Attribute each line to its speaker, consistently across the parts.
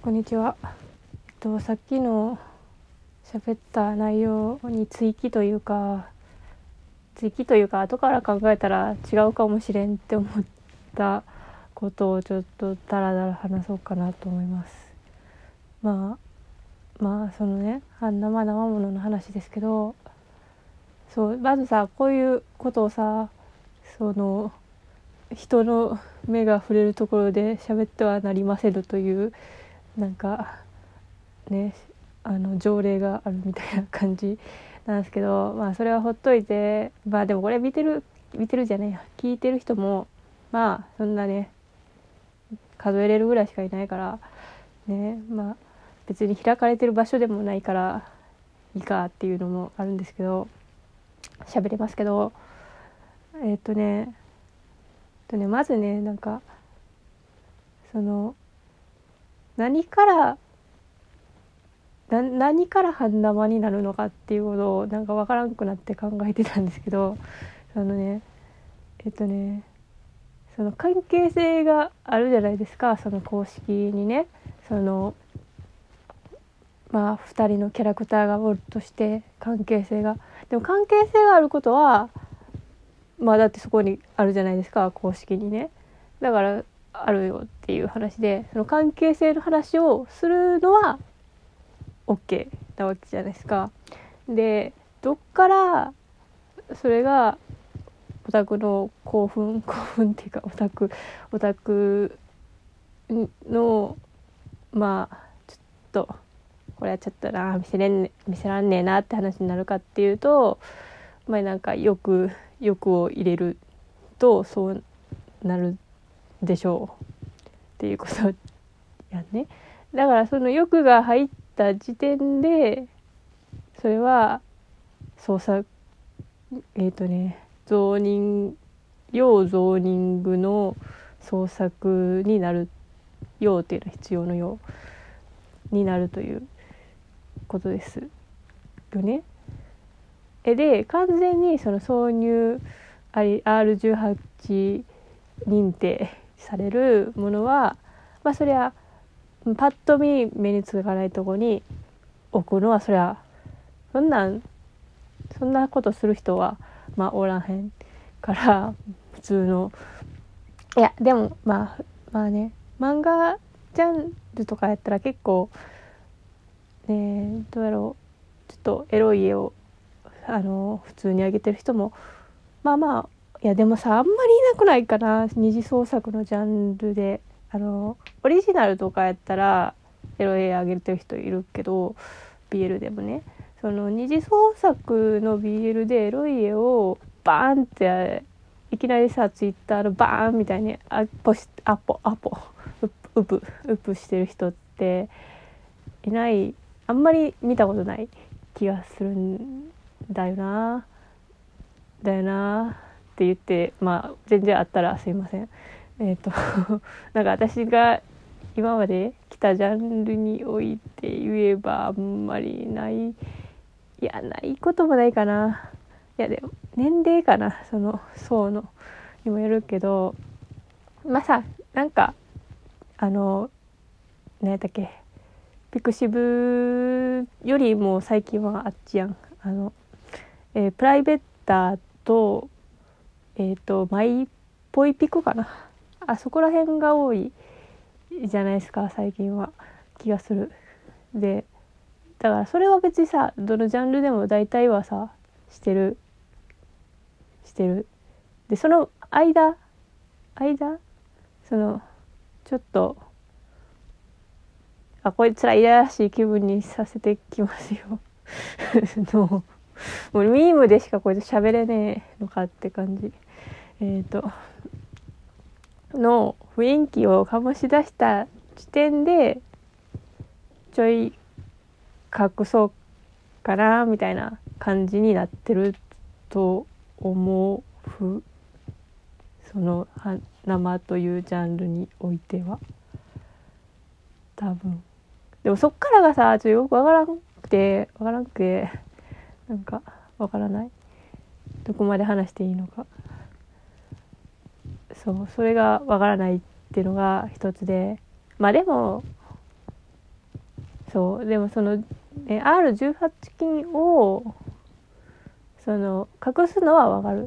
Speaker 1: こんにちは。さっきの喋った内容に追記というか後から考えたら違うかもしれんって思ったことをちょっとダラダラ話そうかなと思います。そのね、生物の話ですけど、そうまずさ、こういうことをさ、その人の目が触れるところで喋ってはなりませぬというなんかね、条例があるみたいな感じなんですけど、それはほっといて、でもこれ見てるじゃねえや、聞いてる人もそんなね数えれるぐらいしかいないからね、別に開かれてる場所でもないからいいかっていうのもあるんですけど、喋れますけど、まずね、その何から半生になるのかっていうことを分からんくなって考えてたんですけど、そのねその関係性があるじゃないですか、その公式にね。2人のキャラクターがおるとして関係性が、でも関係性があることはだってそこにあるじゃないですか、公式にね。だからあるよっていう話で、その関係性の話をするのは OK なわけじゃないですか。で、どっからそれがオタクの興奮っていうか、オタクのちょっとこれはちょっと見せらんねえなって話になるかっていうと、欲を入れるとそうなるでしょうっていうことやね。だからその欲が入った時点で、それは操作ゾーニングの創作になる、用っていうのは必要の用になるということですよね。で、完全にその挿入R18 認定されるものは、それはパッと見目につかないところに置くのは、それはそんなことする人はおらへんから、普通の、いやでもね、漫画ジャンルとかやったら結構ね、どうやろう、ちょっとエロい絵を普通に上げてる人もいやでもさ、あんまりいなくないかな、二次創作のジャンルで。オリジナルとかやったらエロい絵上げてる人いるけど、 BL でもね、その二次創作の BL でエロい絵をバーンっていきなりさ、ツイッターのバーンみたいにウプしてる人っていない、あんまり見たことない気がするんだよなって言って、全然あったらすいません。私が今まで来たジャンルにおいて言えばあんまりない、いやないこともないかな。いやでも年齢かな、その層のにもよるけど、何やったっけ、ピクシブよりも最近はあっちやん、プライベーターとマイポイピクかな、あそこら辺が多いじゃないですか最近は、気がする。で、だからそれは別にさ、どのジャンルでも大体はさしてる。で、その間そのちょっとこいつらいやらしい気分にさせてきますよもうミームでしかこいつ喋れねえのかって感じの雰囲気を醸し出した時点で、ちょい隠そうかなみたいな感じになってると思う。その生というジャンルにおいては多分。でもそっからがさ、ちょっとよくわからんくてわからない、どこまで話していいのか。それがわからないっていうのが一つで、でもそうでもその、R18 禁をその隠すのはわかる。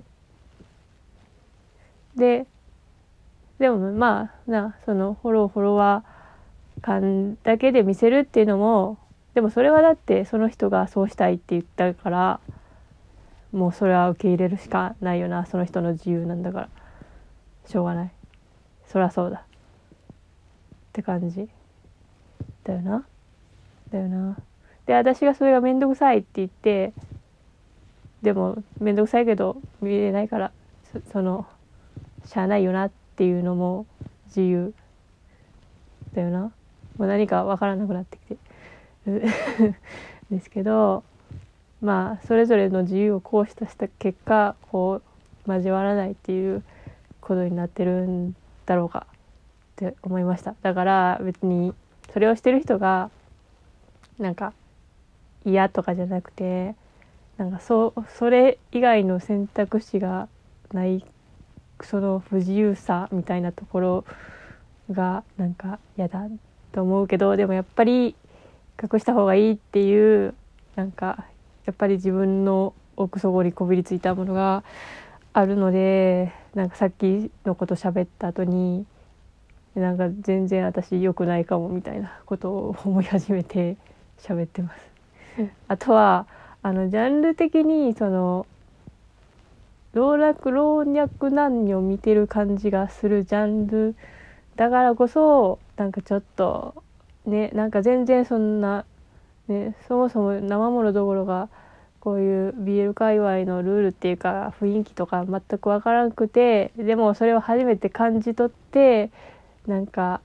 Speaker 1: でもまあそのフォロワー感だけで見せるっていうのも、でもそれはだってその人がそうしたいって言ったから、もうそれは受け入れるしかないよな。その人の自由なんだからしょうがない。そりゃそうだって感じだよな。で、私がそれがめんどくさいって言って、でもめんどくさいけど見れないから、そのしゃあないよなっていうのも自由だよな。もう何かわからなくなってきてですけど、まあそれぞれの自由を行使した結果、こう交わらないっていうことになってるんだろうかって思いました。だから別にそれをしてる人がなんか嫌とかじゃなくて、なんかそれ以外の選択肢がないその不自由さみたいなところがなんか嫌だと思うけど、でもやっぱり隠した方がいいっていう、なんかやっぱり自分の奥底にこびりついたものがあるので、なんかさっきのこと喋った後になんか全然私良くないかもみたいなことを思い始めて喋ってます。あとはジャンル的にその老若男女見てる感じがするジャンルだからこそ、なんかちょっとね、なんか全然そんなね、そもそも生ものどころがこういう BL 界隈のルールっていうか雰囲気とか全く分からなくて、でもそれを初めて感じ取ってなんか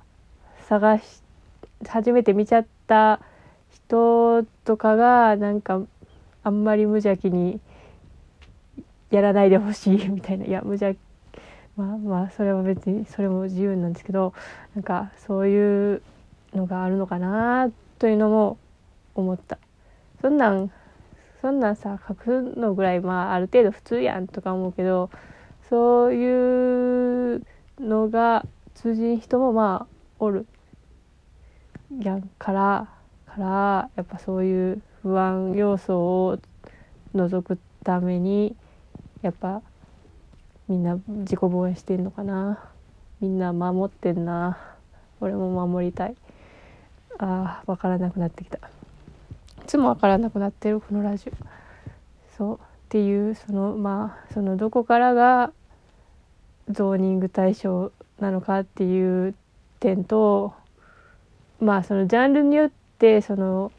Speaker 1: 初めて見ちゃった人とかがなんかあんまり無邪気にやらないでほしいみたいな、いや無邪気、まあそれは別にそれも自由なんですけど、なんかそういうのがあるのかなというのも思った。そんなんさ隠すのぐらいまあある程度普通やんとか思うけど、そういうのが通じん人もまあおるやんからやっぱそういう不安要素を除くためにやっぱみんな自己防衛してんのかな。みんな守ってんな。俺も守りたい。分からなくなってきた。いつも分からなくなってるこのラジオ。そうっていうそのどこからがゾーニング対象なのかっていう点と、そのジャンルによってその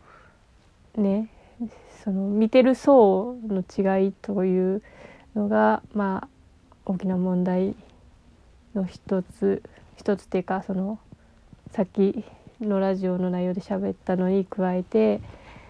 Speaker 1: 見てる層の違いというのが大きな問題の一つっていうか、そのさっきのラジオの内容で喋ったのに加えて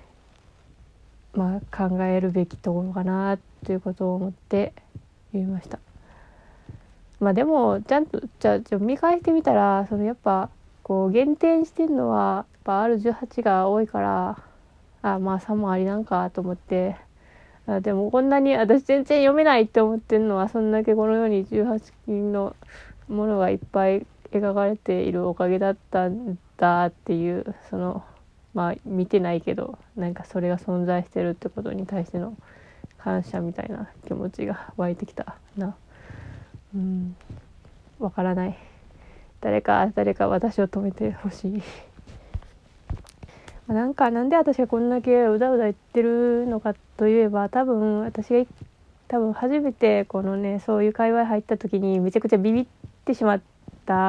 Speaker 1: 考えるべきところかなということを思って言いました。でもちゃんとじゃあ見返してみたら、そのやっぱこう減点してるのはやっぱ R18 が多いから、3もありなんかと思って、でもこんなに私全然読めないって思ってるのは、そんだけこの世に18禁のものがいっぱい描かれているおかげだったんだっていう、その見てないけどなんかそれが存在してるってことに対しての感謝みたいな気持ちが湧いてきたな。わからない。誰か私を止めてほしい。なんで私がこんだけうだうだ言ってるのかといえば、私が初めてこのねそういう界隈入った時にめちゃくちゃビビってしまった、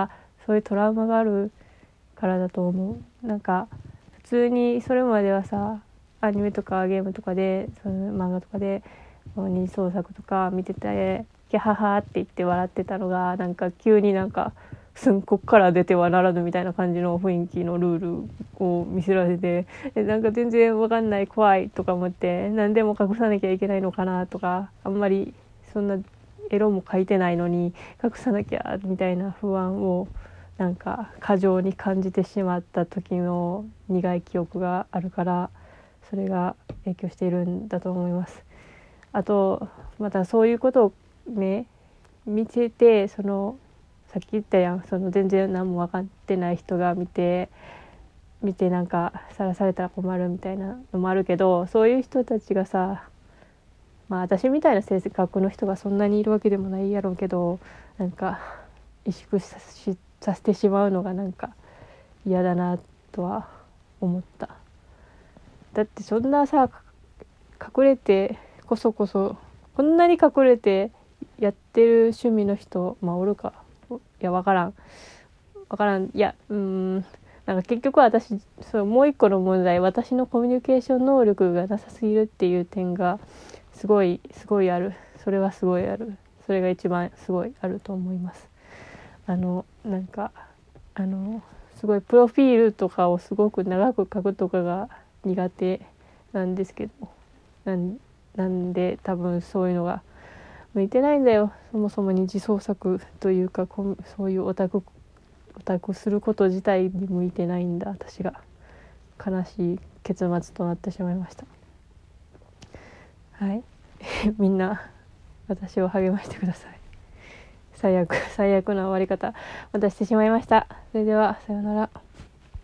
Speaker 1: そういうトラウマがあるからだと思う。なんか普通にそれまではさ、アニメとかゲームとかで、その漫画とかで二次創作とか見ててキャハハって言って笑ってたのが、なんか急にこっから出てはならぬみたいな感じの雰囲気のルールを見せられて、なんか全然わかんない、怖いとか思って、何でも隠さなきゃいけないのかなとか、あんまりそんなエロも書いてないのに隠さなきゃみたいな不安をなんか過剰に感じてしまった時の苦い記憶があるから、それが影響しているんだと思います。あとまたそういうことをね見てて、さっき言ったやん、その全然何も分かってない人が見て、 見てなんかさらされたら困るみたいなのもあるけど、そういう人たちがさ、まあ私みたいな性格の人がそんなにいるわけでもないやろうけど、なんか萎縮させてしまうのがなんか嫌だなとは思った。だってそんなさ、隠れてこそこんなに隠れてやってる趣味の人、まあおるか、いやわからん、いや、なんか結局私、そう、もう一個の問題、私のコミュニケーション能力がなさすぎるっていう点がすごいある。それはすごいある。それが一番すごいあると思います。なんかすごいプロフィールとかをすごく長く書くとかが苦手なんですけど、なんで多分そういうのが向いてないんだよ。そもそも二次創作というか、そういうオタクすること自体に向いてないんだ私が。悲しい結末となってしまいました。はいみんな私を励ましてください。最悪な終わり方またしてしまいました。それではさようなら。